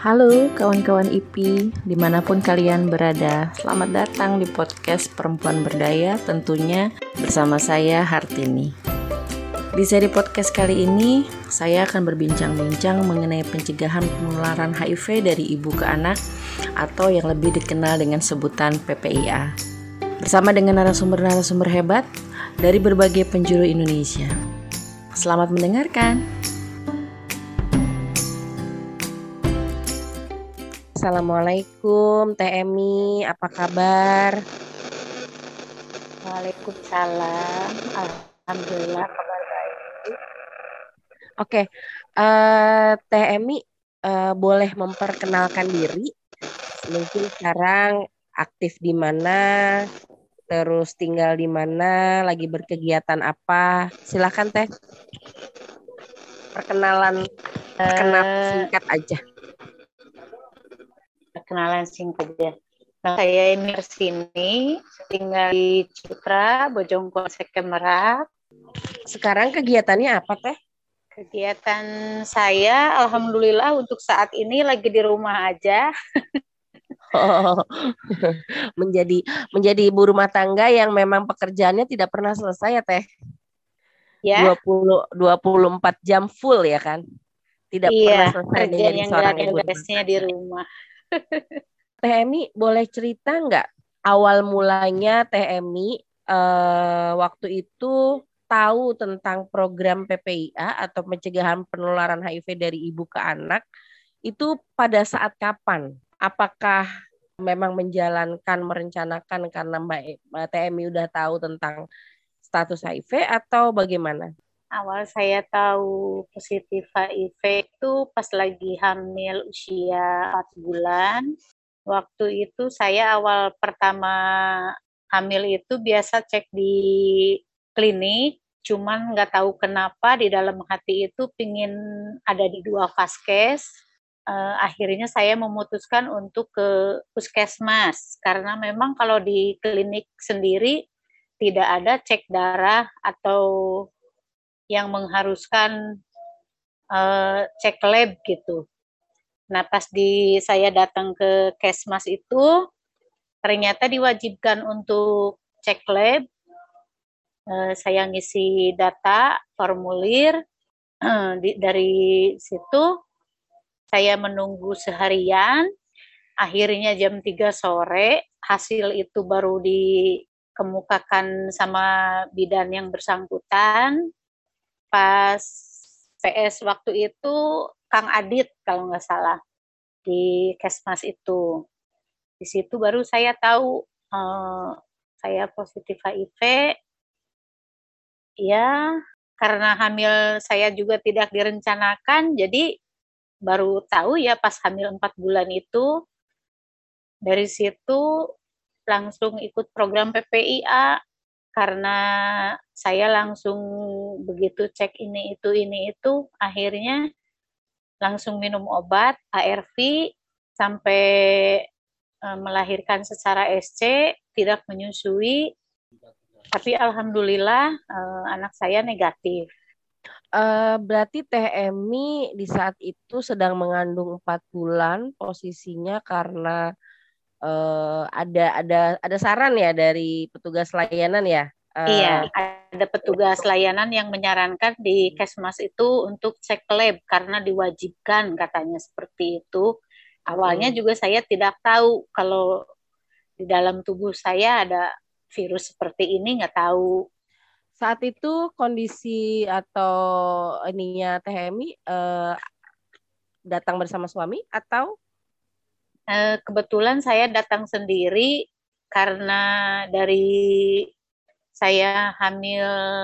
Halo kawan-kawan IPI, dimanapun kalian berada, selamat datang di podcast Perempuan Berdaya, tentunya bersama saya Hartini. Di seri podcast kali ini, saya akan berbincang-bincang mengenai pencegahan penularan HIV dari ibu ke anak atau yang lebih dikenal dengan sebutan PPIA. Bersama dengan narasumber-narasumber hebat dari berbagai penjuru Indonesia. Selamat mendengarkan. Assalamualaikum Teh Emi, apa kabar? Waalaikumsalam. Alhamdulillah kabar baik. Oke, Teh Emi boleh memperkenalkan diri? Mungkin sekarang aktif di mana, terus tinggal di mana, lagi berkegiatan apa? Silakan Teh, perkenalan singkat aja. Perkenalan singkat ya. Nah, saya ini sini tinggal di Citra, Bojongkoang, Sekemerak. Sekarang kegiatannya apa Teh? Kegiatan saya, alhamdulillah untuk saat ini lagi di rumah aja. Oh, menjadi ibu rumah tangga yang memang pekerjaannya tidak pernah selesai ya Teh. Ya, 24 jam full ya kan? Tidak iya, pernah selesai menjadi kerjanya nggak seorang ada ibu rumah beresnya di tangga. rumah. Teh Emi boleh cerita nggak awal mulanya Teh Emi waktu itu tahu tentang program PPIA atau pencegahan penularan HIV dari ibu ke anak itu pada saat kapan? Apakah memang menjalankan merencanakan karena Mbak Teh Emi udah tahu tentang status HIV atau bagaimana? Awal saya tahu positif HIV itu pas lagi hamil usia 4 bulan. Waktu itu saya awal pertama hamil itu biasa cek di klinik, cuman nggak tahu kenapa di dalam hati itu pingin ada di 2 vaskes. Akhirnya saya memutuskan untuk ke puskesmas karena memang kalau di klinik sendiri tidak ada cek darah atau yang mengharuskan cek lab gitu. Nah, pas saya datang ke Kesmas itu, ternyata diwajibkan untuk cek lab. Saya ngisi data, formulir. Dari situ, saya menunggu seharian. Akhirnya jam 3 sore, hasil itu baru dikemukakan sama bidan yang bersangkutan. Pas PS waktu itu, Kang Adit kalau nggak salah, di Kesmas itu. Di situ baru saya tahu saya positif HIV. Ya, karena hamil saya juga tidak direncanakan, jadi baru tahu ya pas hamil 4 bulan itu. Dari situ langsung ikut program PPIA karena saya langsung begitu cek ini itu akhirnya langsung minum obat ARV sampai melahirkan secara SC, tidak menyusui, tapi alhamdulillah anak saya negatif. Berarti Teh Emi di saat itu sedang mengandung 4 bulan posisinya karena ada saran ya dari petugas layanan ya. Iya, ada petugas layanan yang menyarankan di Kesmas itu untuk cek lab karena diwajibkan katanya seperti itu. Awalnya juga saya tidak tahu kalau di dalam tubuh saya ada virus seperti ini, nggak tahu. Saat itu kondisi atau ininya Teh Emi datang bersama suami atau Kebetulan saya datang sendiri karena dari saya hamil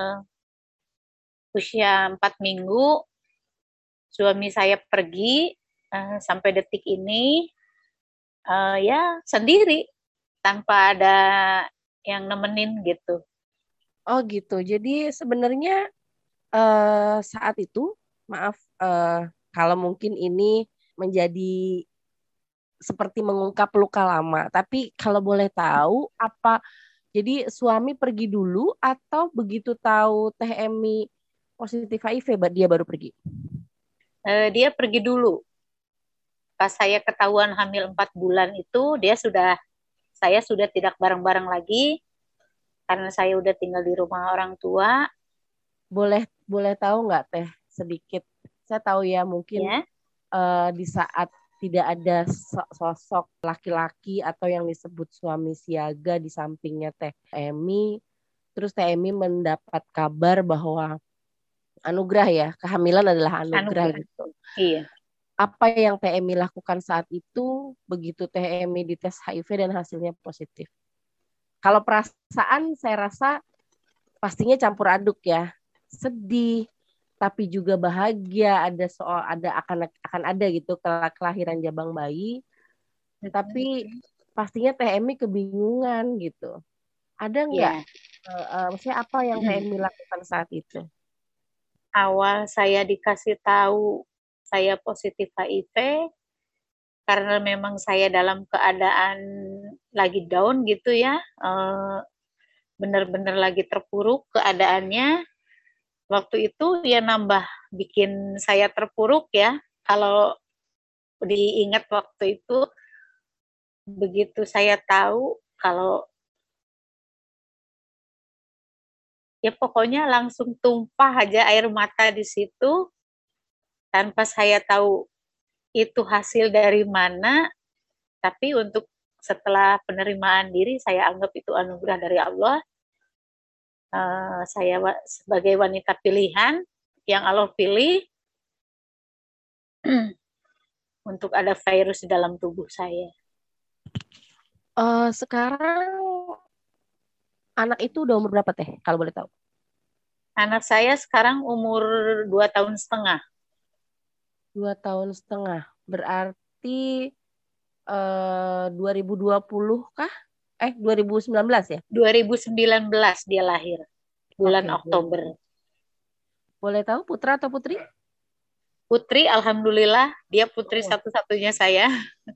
usia 4 minggu, suami saya pergi sampai detik ini ya sendiri tanpa ada yang nemenin gitu. oh gitu. Jadi sebenarnya saat itu maaf kalau mungkin ini menjadi seperti mengungkap luka lama. Tapi kalau boleh tahu apa jadi suami pergi dulu atau begitu tahu Teh Emi positif HIV dia baru pergi? Dia pergi dulu. pas saya ketahuan hamil 4 bulan itu saya sudah tidak bareng-bareng lagi karena saya udah tinggal di rumah orang tua. Boleh boleh tahu nggak Teh sedikit? Saya tahu ya mungkin Ya. Di saat tidak ada sosok laki-laki atau yang disebut suami siaga di sampingnya Teh Emi, terus Teh Emi mendapat kabar bahwa anugerah ya, kehamilan adalah anugerah Anugerah. gitu. Iya. Apa yang Teh Emi lakukan saat itu begitu Teh Emi dites HIV dan hasilnya positif? Kalau perasaan saya rasa pastinya campur aduk ya. Sedih, tapi juga bahagia, akan ada gitu kelahiran jabang bayi. Tapi pastinya Teh Emi kebingungan gitu. Ada nggak Ya. maksudnya apa yang Teh Emi lakukan saat itu? Awal saya dikasih tahu saya positif HIV karena memang saya dalam keadaan lagi down gitu ya, benar-benar lagi terpuruk keadaannya. Waktu itu ya nambah bikin saya terpuruk ya. Kalau diingat waktu itu, begitu saya tahu kalau ya pokoknya langsung tumpah aja air mata di situ tanpa saya tahu itu hasil dari mana, tapi untuk setelah penerimaan diri saya anggap itu anugerah dari Allah. Saya sebagai wanita pilihan yang Allah pilih untuk ada virus di dalam tubuh saya. Sekarang anak itu udah umur berapa Teh kalau boleh tahu? Anak saya sekarang umur 2 tahun setengah. 2 tahun setengah. Berarti 2020 kah? 2019 ya? 2019 dia lahir, bulan Oke. Oktober. Boleh tahu putra atau putri? Putri, alhamdulillah, dia putri Oh. satu-satunya saya.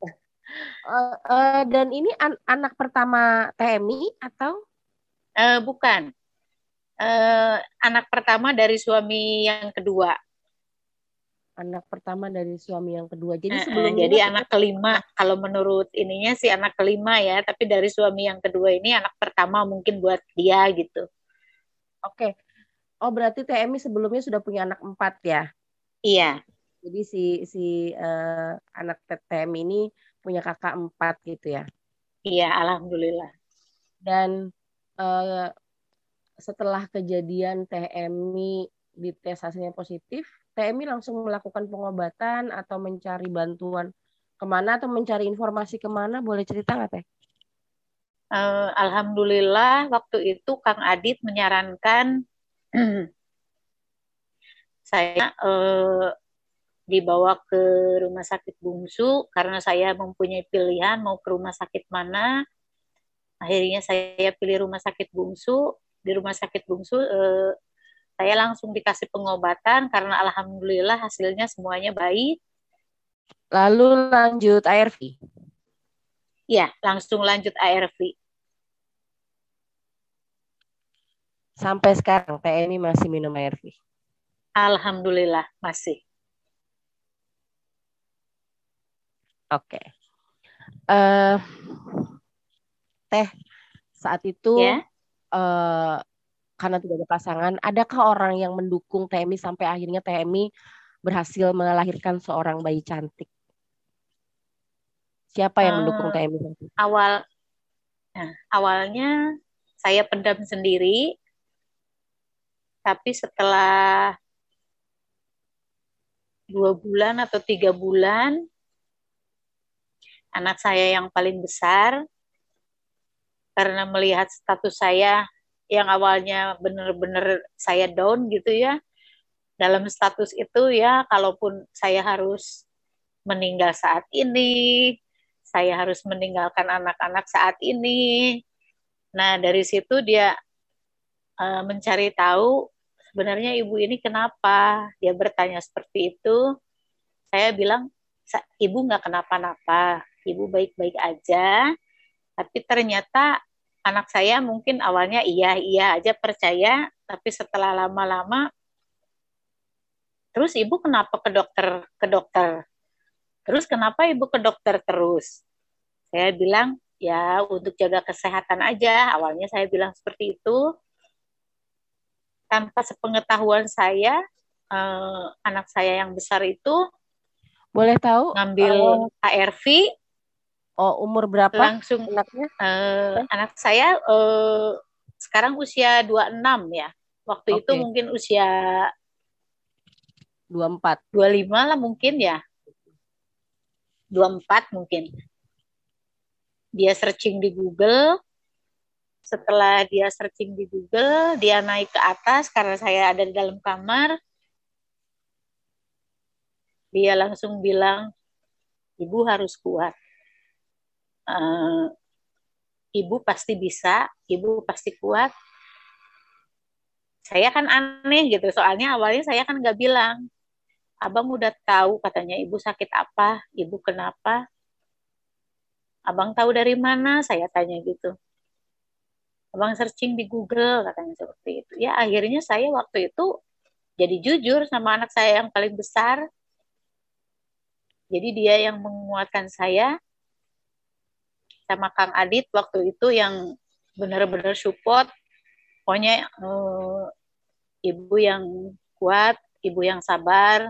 Dan ini anak pertama TMI atau? Bukan, anak pertama dari suami yang kedua. Anak pertama dari suami yang kedua. Jadi sebelumnya Jadi anak kelima, kalau menurut ininya sih anak kelima ya, tapi dari suami yang kedua ini anak pertama mungkin buat dia gitu. Oke. Oh berarti TMI sebelumnya sudah punya anak 4 ya? Iya. Jadi si anak TMI ini punya kakak 4 gitu ya? Iya, alhamdulillah. Dan uh, setelah kejadian TMI dites hasilnya positif, TMI langsung melakukan pengobatan atau mencari bantuan kemana atau mencari informasi kemana? Boleh cerita nggak Teh? Alhamdulillah waktu itu Kang Adit menyarankan saya dibawa ke rumah sakit bungsu karena saya mempunyai pilihan mau ke rumah sakit mana. Akhirnya saya pilih rumah sakit bungsu. Di rumah sakit bungsu saya langsung dikasih pengobatan karena alhamdulillah hasilnya semuanya baik. Lalu lanjut ARV. Ya, langsung lanjut ARV. Sampai sekarang TMI masih minum ARV. Alhamdulillah masih. Oke. Teh, saat itu Ya. karena tidak ada pasangan, adakah orang yang mendukung TMI sampai akhirnya TMI berhasil melahirkan seorang bayi cantik? Siapa yang mendukung TMI? Awal, awalnya saya pendam sendiri, tapi setelah 2 bulan atau 3 bulan, anak saya yang paling besar, karena melihat status saya yang awalnya benar-benar saya down gitu ya, dalam status itu ya, kalaupun saya harus meninggal saat ini, saya harus meninggalkan anak-anak saat ini. Nah, dari situ dia mencari tahu sebenarnya ibu ini kenapa. Dia bertanya seperti itu. Saya bilang, ibu nggak kenapa-napa, ibu baik-baik aja. Tapi ternyata anak saya mungkin awalnya iya aja percaya, tapi setelah lama-lama, terus ibu kenapa ke dokter Terus kenapa ibu ke dokter terus? Saya bilang, ya untuk jaga kesehatan aja. Awalnya saya bilang seperti itu. Tanpa sepengetahuan saya, anak saya yang besar itu Boleh tahu ngambil ARV, umur berapa langsung anaknya? anak saya sekarang usia 26 ya. Waktu itu Oke, mungkin usia 24. 25 lah mungkin ya. 24 mungkin. Dia searching di Google. Setelah dia searching di Google, dia naik ke atas karena saya ada di dalam kamar. Dia langsung bilang, ibu harus kuat. Ibu pasti bisa, ibu pasti kuat. Saya kan aneh gitu, soalnya awalnya saya kan nggak bilang. Abang udah tahu katanya ibu sakit apa, ibu kenapa? Abang tahu dari mana? Saya tanya gitu. Abang searching di Google katanya seperti itu. Ya akhirnya saya waktu itu jadi jujur sama anak saya yang paling besar. Jadi dia yang menguatkan saya sama Kang Adit waktu itu yang benar-benar support. Pokoknya ibu yang kuat, ibu yang sabar,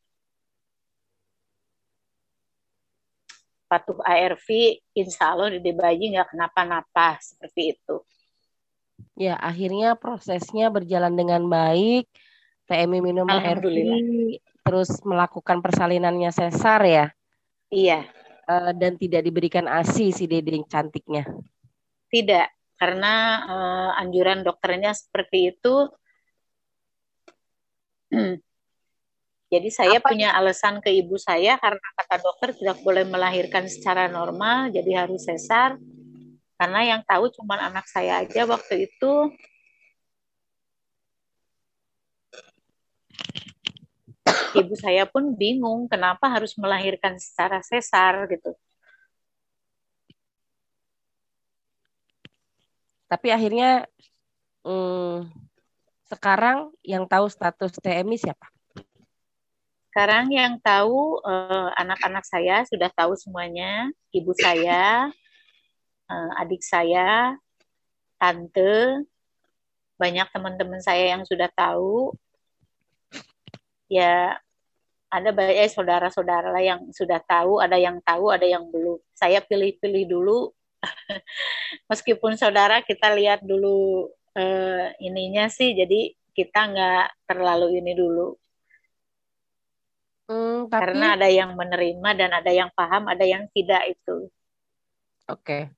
patuh ARV, insya Allah Dede bayi nggak kenapa-napa seperti itu. Ya, akhirnya prosesnya berjalan dengan baik. TMI minum ARV, Alhamdulillah. terus melakukan persalinannya sesar ya, Iya, dan tidak diberikan ASI si Dede yang cantiknya. tidak. Karena anjuran dokternya seperti itu. Jadi saya Apa punya alasan ke ibu saya karena kata dokter tidak boleh melahirkan secara normal, jadi harus sesar. Karena yang tahu cuma anak saya aja waktu itu. Ibu saya pun bingung kenapa harus melahirkan secara sesar gitu. Tapi akhirnya sekarang yang tahu status TMI siapa? Sekarang yang tahu anak-anak saya sudah tahu semuanya, ibu saya, adik saya, tante, banyak teman-teman saya yang sudah tahu. Ya ada banyak saudara-saudara yang sudah tahu, ada yang belum. Saya pilih-pilih dulu, meskipun saudara kita lihat dulu ininya sih, jadi kita nggak terlalu ini dulu. Tapi Karena ada yang menerima dan ada yang paham, ada yang tidak itu. oke.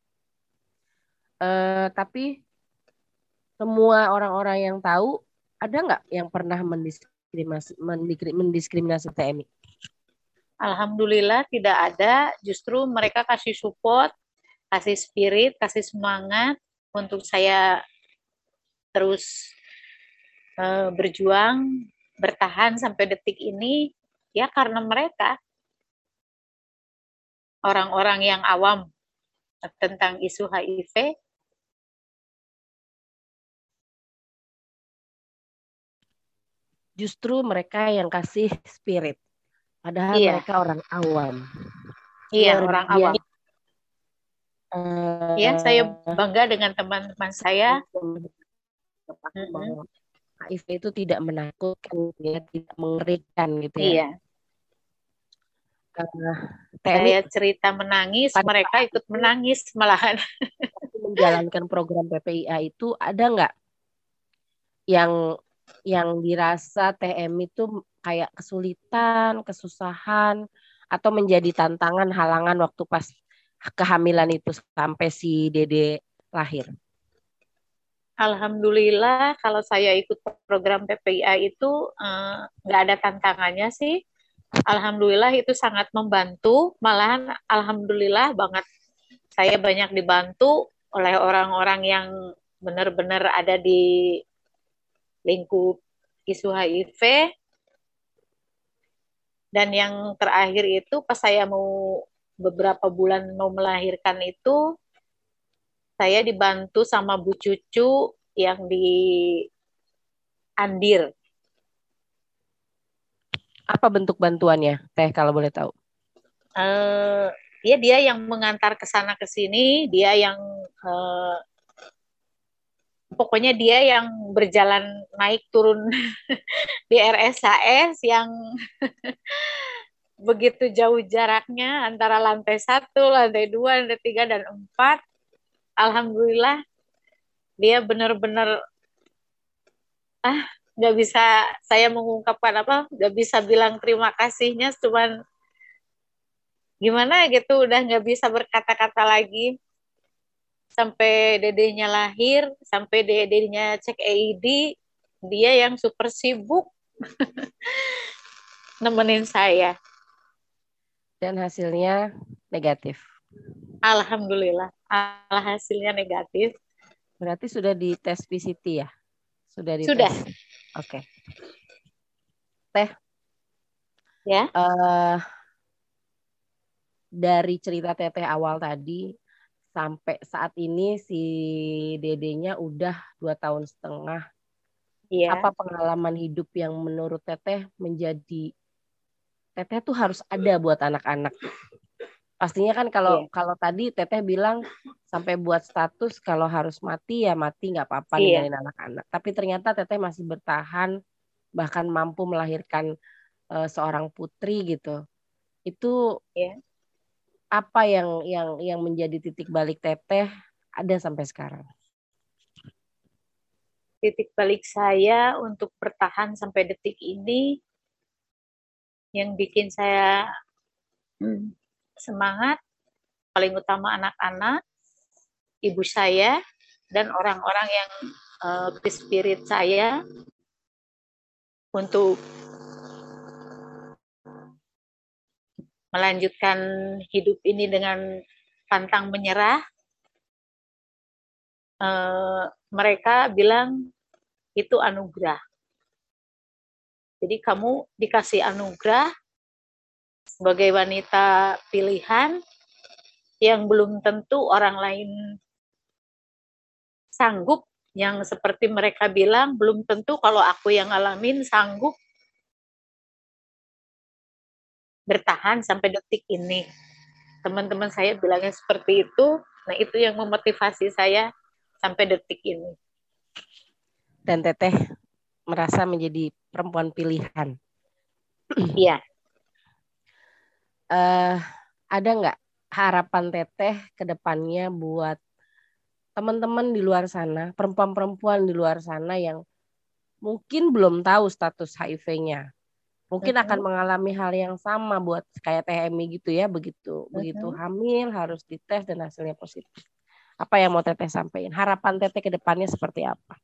Tapi semua orang-orang yang tahu, ada nggak yang pernah mendiskriminasi TMI? Alhamdulillah tidak ada, justru mereka kasih support, kasih spirit, kasih semangat untuk saya terus berjuang, bertahan sampai detik ini, ya karena mereka orang-orang yang awam tentang isu HIV. Justru mereka yang kasih spirit. Padahal Iya, mereka orang awam. iya Luar orang awam. biasa. Ya, saya bangga dengan teman-teman saya. HIV itu tidak menakutkan, ya, tidak mengerikan gitu ya. Iya. TMI Saya cerita menangis, mereka ikut menangis malahan. menjalankan program PPIA itu ada nggak yang dirasa TMI itu kayak kesulitan, kesusahan, atau menjadi tantangan, halangan waktu pas kehamilan itu sampai si Dede lahir? Alhamdulillah kalau saya ikut program PPIA itu nggak ada tantangannya sih. Alhamdulillah itu sangat membantu. Malahan alhamdulillah banget saya banyak dibantu oleh orang-orang yang benar-benar ada di lingkup isu HIV. Dan yang terakhir itu pas saya mau beberapa bulan mau melahirkan itu, saya dibantu sama Bu Cucu yang di Andir. Apa bentuk bantuannya, Teh, kalau boleh tahu? eh, dia yang mengantar ke sana ke sini, dia yang eh, pokoknya dia yang berjalan naik turun di RSHS yang begitu jauh jaraknya antara lantai satu, lantai dua, lantai tiga dan empat. Alhamdulillah dia benar-benar ah nggak bisa saya mengungkapkan apa, nggak bisa bilang terima kasihnya, cuman gimana gitu udah nggak bisa berkata-kata lagi sampai dedenya lahir, sampai dedenya cek EID, dia yang super sibuk nemenin saya. Dan hasilnya negatif. Alhamdulillah, hasilnya negatif. Berarti sudah dites PCT ya? Sudah dites. Sudah, Oke. Teh, ya. eh dari cerita Teteh awal tadi sampai saat ini si dedenya udah 2 tahun setengah. Apa Iya, pengalaman hidup yang menurut Teteh menjadi Teteh tuh harus ada buat anak-anak? Pastinya kan kalau iya, kalau tadi Teteh bilang sampai buat status kalau harus mati ya mati nggak apa-apa iya, ninggalin anak-anak. Tapi ternyata Teteh masih bertahan bahkan mampu melahirkan seorang putri gitu. Itu iya. apa yang menjadi titik balik Teteh ada sampai sekarang? Titik balik saya untuk bertahan sampai detik ini yang bikin saya semangat, paling utama anak-anak, ibu saya, dan orang-orang yang spirit saya untuk melanjutkan hidup ini dengan pantang menyerah. Mereka bilang itu anugerah. Jadi kamu dikasih anugerah sebagai wanita pilihan yang belum tentu orang lain sanggup, yang seperti mereka bilang belum tentu kalau aku yang ngalamin sanggup bertahan sampai detik ini. Teman-teman saya bilangnya seperti itu. Nah, itu yang memotivasi saya sampai detik ini. Dan Teteh merasa menjadi perempuan pilihan. Iya, eh ada nggak harapan Teteh ke depannya buat teman-teman di luar sana, perempuan-perempuan di luar sana yang mungkin belum tahu status HIV-nya, mungkin akan uh-huh. mengalami hal yang sama buat kayak Teh Emi gitu ya, begitu begitu Uh-huh. hamil harus dites dan hasilnya positif. Apa yang mau Teteh sampaikan? Harapan Teteh ke depannya seperti apa?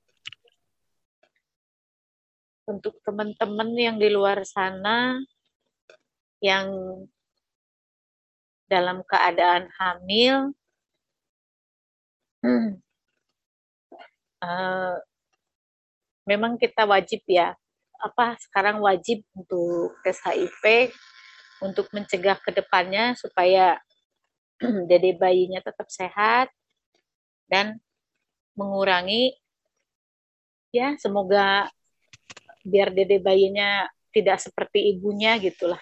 Untuk teman-teman yang di luar sana yang dalam keadaan hamil, uh, memang kita wajib ya, apa sekarang wajib untuk tes HIV untuk mencegah ke depannya supaya dede bayinya tetap sehat dan mengurangi, ya semoga biar dede bayinya tidak seperti ibunya gitulah.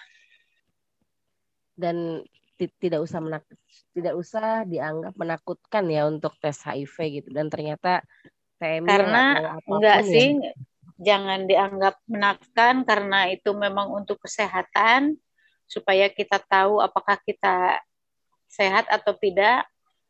Dan tidak usah dianggap menakutkan ya untuk tes HIV gitu, dan ternyata Teh Emi yang nggak Karena tahu enggak apapun ya. sih, jangan dianggap menakutkan karena itu memang untuk kesehatan supaya kita tahu apakah kita sehat atau tidak.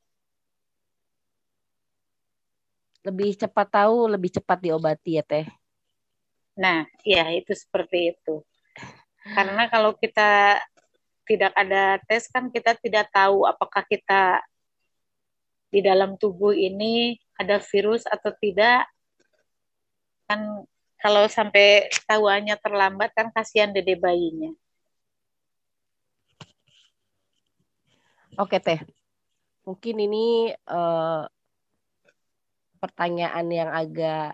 Lebih cepat tahu, lebih cepat diobati ya Teh. Nah, ya itu seperti itu. Karena kalau kita tidak ada tes kan kita tidak tahu apakah kita di dalam tubuh ini ada virus atau tidak. Kan kalau sampai ketahuannya terlambat kan kasihan dede bayinya. Oke Teh, mungkin ini eh, pertanyaan yang agak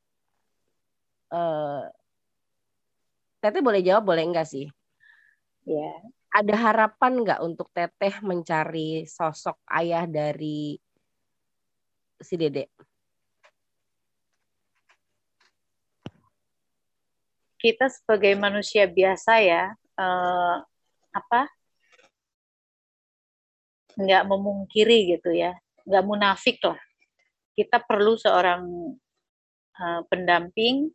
eh, Teteh boleh jawab boleh enggak sih? Ya, Ada harapan nggak untuk Teteh mencari sosok ayah dari si Dede? kita sebagai manusia biasa ya, apa nggak memungkiri gitu ya, nggak munafik lah. Kita perlu seorang pendamping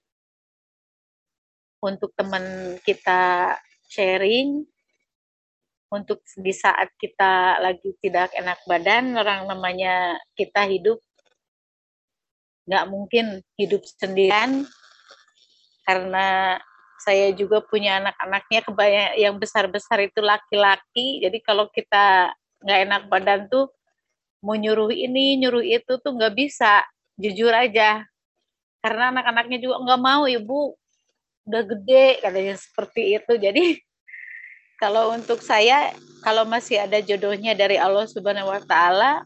untuk teman kita sharing, untuk di saat kita lagi tidak enak badan, orang namanya kita hidup, nggak mungkin hidup sendirian, karena saya juga punya anak-anaknya kebanyakan yang besar-besar itu laki-laki, jadi kalau kita nggak enak badan tuh mau nyuruh ini, nyuruh itu tuh nggak bisa, jujur aja. Karena anak-anaknya juga nggak mau, ibu udah gede, katanya seperti itu. Jadi kalau untuk saya, kalau masih ada jodohnya dari Allah Subhanahu wa Ta'ala,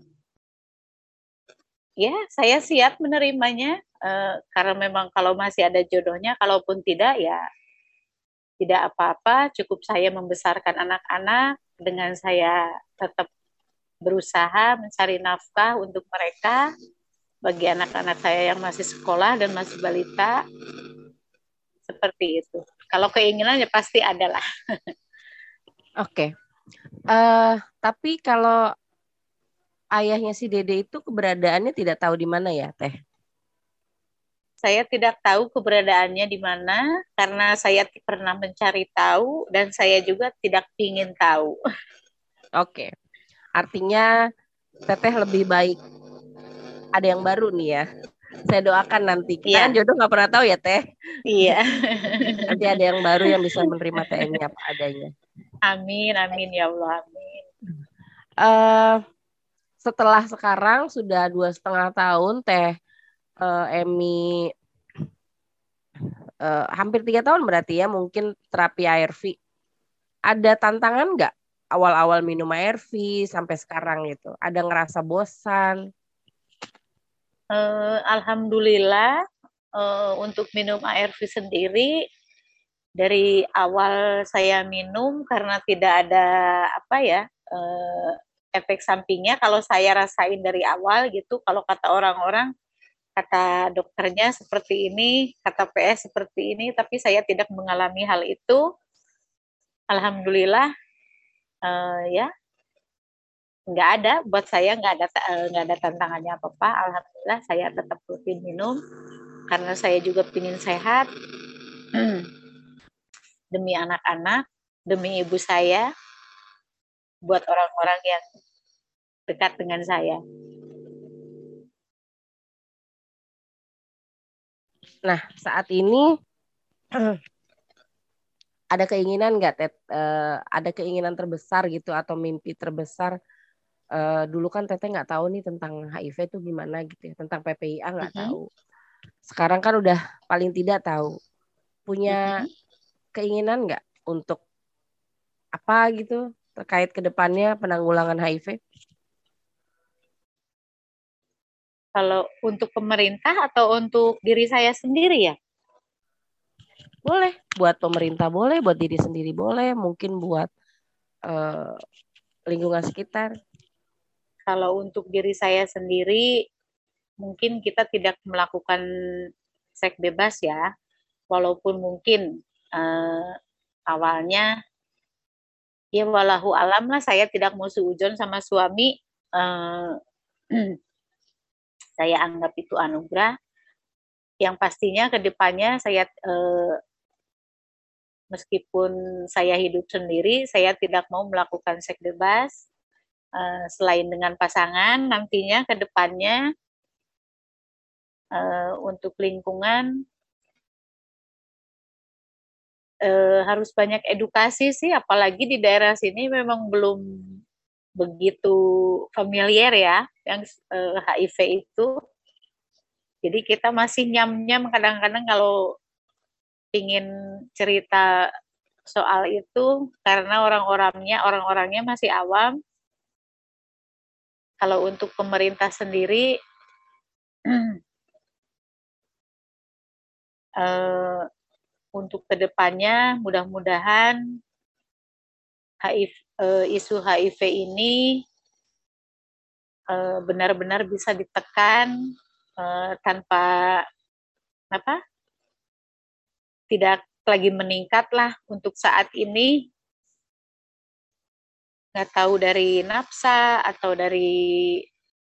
ya saya siap menerimanya. Karena memang kalau masih ada jodohnya, kalaupun tidak, ya tidak apa-apa. Cukup saya membesarkan anak-anak dengan saya tetap berusaha mencari nafkah untuk mereka, bagi anak-anak saya yang masih sekolah dan masih balita, seperti itu. Kalau keinginan ya pasti ada lah. Oke. Tapi kalau ayahnya si Dede itu keberadaannya tidak tahu di mana ya, Teh? Saya tidak tahu keberadaannya di mana karena saya pernah mencari tahu dan saya juga tidak ingin tahu. Oke. Artinya Teteh lebih baik ada yang baru nih ya. Saya doakan nanti. Kita kan Iya, jodoh nggak pernah tahu ya, Teh. iya. Nanti ada yang baru yang bisa menerima TN-nya apa adanya. Amin, amin ya Allah, amin. eh Setelah sekarang sudah 2,5 tahun Teh Emi hampir 3 tahun berarti ya mungkin terapi ARV. Ada tantangan nggak awal-awal minum ARV sampai sekarang gitu? Ada ngerasa bosan? Alhamdulillah, untuk minum ARV sendiri dari awal saya minum karena tidak ada apa ya, efek sampingnya kalau saya rasain dari awal gitu. Kalau kata orang-orang, kata dokternya seperti ini, kata PS seperti ini, tapi saya tidak mengalami hal itu. Alhamdulillah, ya nggak ada, buat saya nggak ada tantangannya apa-apa. Alhamdulillah saya tetap rutin minum karena saya juga ingin sehat demi anak-anak, demi ibu saya, buat orang-orang yang dekat dengan saya. Nah, saat ini ada keinginan nggak, ada keinginan terbesar gitu atau mimpi terbesar? Dulu kan Teteh nggak tahu nih tentang HIV itu gimana gitu ya, tentang PPIA nggak Mhm, tahu. Sekarang kan udah paling tidak tahu. Punya mhm. keinginan nggak untuk apa gitu terkait ke depannya penanggulangan HIV? Kalau untuk pemerintah atau untuk diri saya sendiri ya? Boleh, buat pemerintah boleh, buat diri sendiri boleh, mungkin buat eh, lingkungan sekitar. Kalau untuk diri saya sendiri, mungkin kita tidak melakukan seks bebas ya, walaupun mungkin awalnya, ya walahu alam lah, saya tidak mau suujon sama suami, eh, saya anggap itu anugerah. Yang pastinya ke depannya saya, meskipun saya hidup sendiri, saya tidak mau melakukan seks bebas, selain dengan pasangan, nantinya ke depannya, untuk lingkungan, harus banyak edukasi sih, apalagi di daerah sini memang belum begitu familiar ya, yang HIV itu. Jadi kita masih nyam-nyam kadang-kadang kalau ingin cerita soal itu karena orang-orangnya masih awam. Kalau untuk pemerintah sendiri, untuk kedepannya mudah-mudahan HIV, isu HIV ini benar-benar bisa ditekan, tanpa apa, tidak lagi meningkat lah untuk saat ini. nggak tahu dari NAPSA atau dari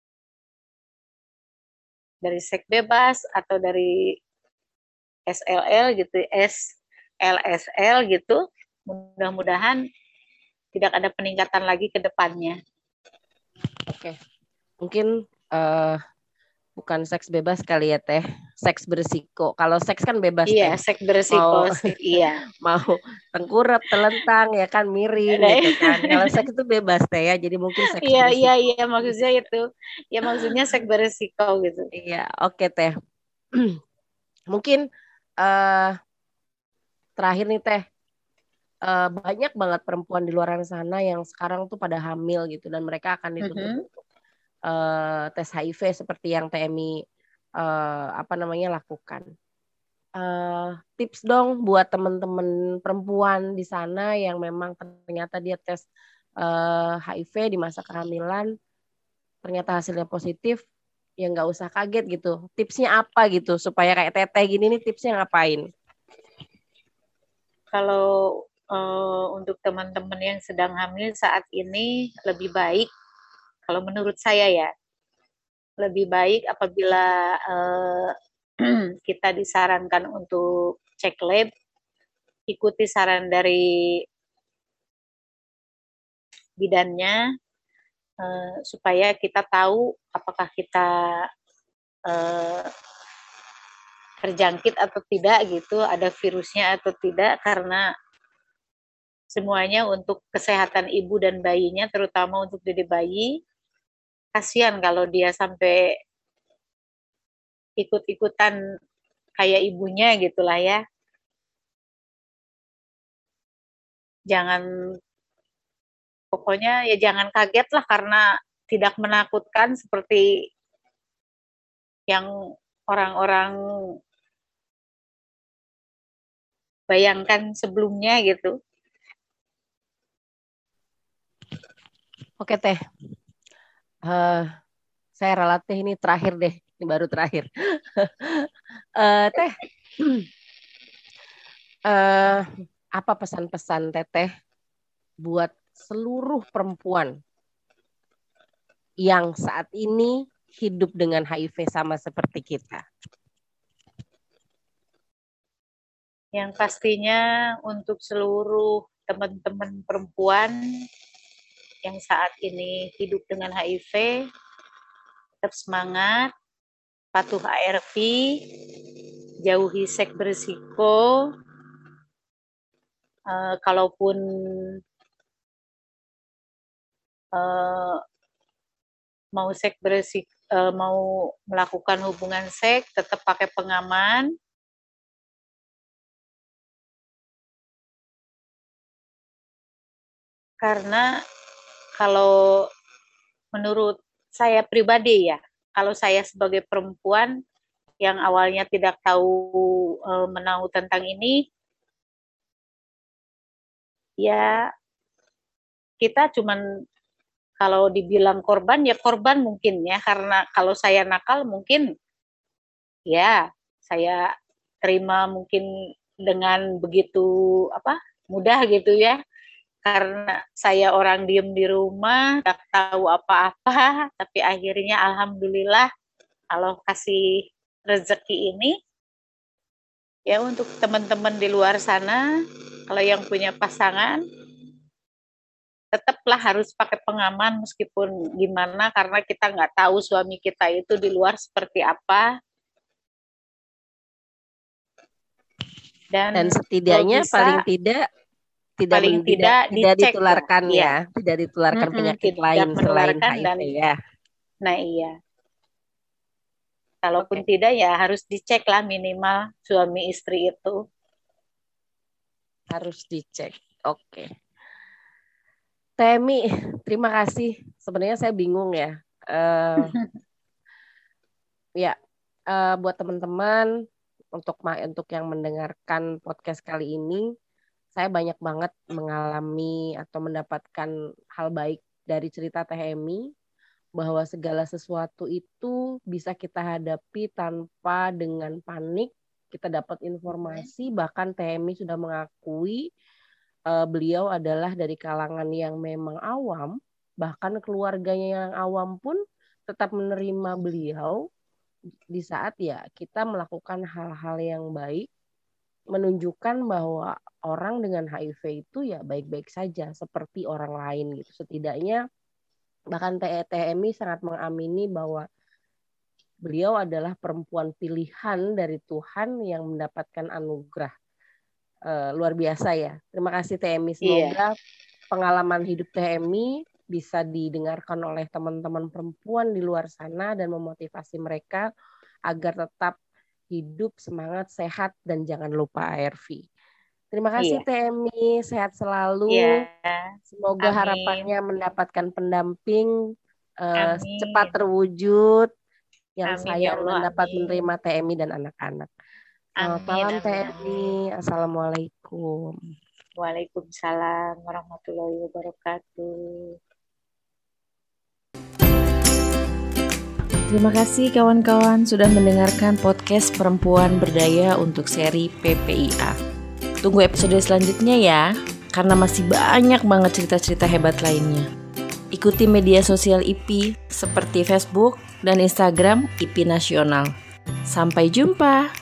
seks bebas atau dari SLL gitu, SLSL gitu. Mudah-mudahan tidak ada peningkatan lagi ke depannya. Oke. Mungkin bukan seks bebas kali ya Teh, seks berisiko. Kalau seks kan bebas Teh. Iya, seks beresiko Mau sih. Iya. mau tengkurap, telentang ya kan, miring gitu kan. Kalau seks itu bebas Teh ya. Jadi mungkin seks Iya, iya, berisiko. iya, maksudnya itu. Ya maksudnya seks beresiko gitu. Iya, oke Teh. Mungkin eh terakhir nih Teh, banyak banget perempuan di luar sana yang sekarang tuh pada hamil gitu dan mereka akan dituntut Mhm. tes HIV seperti yang TMI apa namanya lakukan. Tips dong buat teman-teman perempuan di sana yang memang ternyata dia tes HIV di masa kehamilan, ternyata hasilnya positif, ya nggak usah kaget gitu. Tipsnya apa gitu supaya kayak teteh gini nih tipsnya ngapain? Kalau untuk teman-teman yang sedang hamil saat ini lebih baik, kalau menurut saya ya, lebih baik apabila kita disarankan untuk cek lab, ikuti saran dari bidannya supaya kita tahu apakah kita eh, terjangkit atau tidak gitu, ada virusnya atau tidak, karena semuanya untuk kesehatan ibu dan bayinya, terutama untuk diri bayi. Kasihan kalau dia sampai ikut-ikutan kayak ibunya gitulah ya. Jangan, pokoknya ya jangan kaget lah karena tidak menakutkan seperti yang orang-orang bayangkan sebelumnya gitu. Oke Teh, saya relatif ini terakhir deh, ini baru terakhir. Teh, apa pesan-pesan Teteh buat seluruh perempuan yang saat ini hidup dengan HIV sama seperti kita? Yang pastinya untuk seluruh teman-teman perempuan yang saat ini hidup dengan HIV, tetap semangat, patuh ARV, jauhi seks berisiko, kalaupun mau seks berisiko, mau melakukan hubungan seks, tetap pakai pengaman. Karena kalau menurut saya pribadi ya, kalau saya sebagai perempuan yang awalnya tidak tahu menahu tentang ini, ya kita cuman kalau dibilang korban ya korban mungkin ya, karena kalau saya nakal mungkin ya saya terima mungkin dengan begitu apa mudah gitu ya, karena saya orang diem di rumah tidak tahu apa-apa, tapi akhirnya alhamdulillah Allah kasih rezeki ini. Ya untuk teman-teman di luar sana, kalau yang punya pasangan tetaplah harus pakai pengaman meskipun gimana, karena kita nggak tahu suami kita itu di luar seperti apa. Dan Dan kalau setidaknya paling bisa tidak paling tidak tidak dicek lah, ditularkan iya. ya, tidak ditularkan penyakit lain Tidak selain menularkan HIV dan ya. nah iya. Kalaupun Oke, tidak ya harus dicek lah minimal suami istri itu. harus dicek. Oke. Temi, terima kasih. Sebenarnya saya bingung ya. Ya, buat teman-teman untuk yang mendengarkan podcast kali ini, saya banyak banget mengalami atau mendapatkan hal baik dari cerita Teh Emi, bahwa segala sesuatu itu bisa kita hadapi tanpa dengan panik. Kita dapat informasi, bahkan Teh Emi sudah mengakui beliau adalah dari kalangan yang memang awam, bahkan keluarganya yang awam pun tetap menerima beliau di saat ya kita melakukan hal-hal yang baik, menunjukkan bahwa orang dengan HIV itu ya baik-baik saja seperti orang lain gitu. Setidaknya bahkan TMI sangat mengamini bahwa beliau adalah perempuan pilihan dari Tuhan yang mendapatkan anugerah luar biasa ya. Terima kasih TMI. Semoga pengalaman hidup TMI bisa didengarkan oleh teman-teman perempuan di luar sana dan memotivasi mereka agar tetap hidup semangat, sehat, dan jangan lupa ARV. Terima kasih TMI, sehat selalu. Semoga harapannya mendapatkan pendamping cepat terwujud, yang sayang dan dapat menerima TMI dan anak-anak. Selamat malam TMI. Assalamualaikum. Waalaikumsalam warahmatullahi wabarakatuh. Terima kasih kawan-kawan sudah mendengarkan podcast Perempuan Berdaya untuk seri PPIA. Tunggu episode selanjutnya ya, karena masih banyak banget cerita-cerita hebat lainnya. Ikuti media sosial IP seperti Facebook dan Instagram IP Nasional. Sampai jumpa.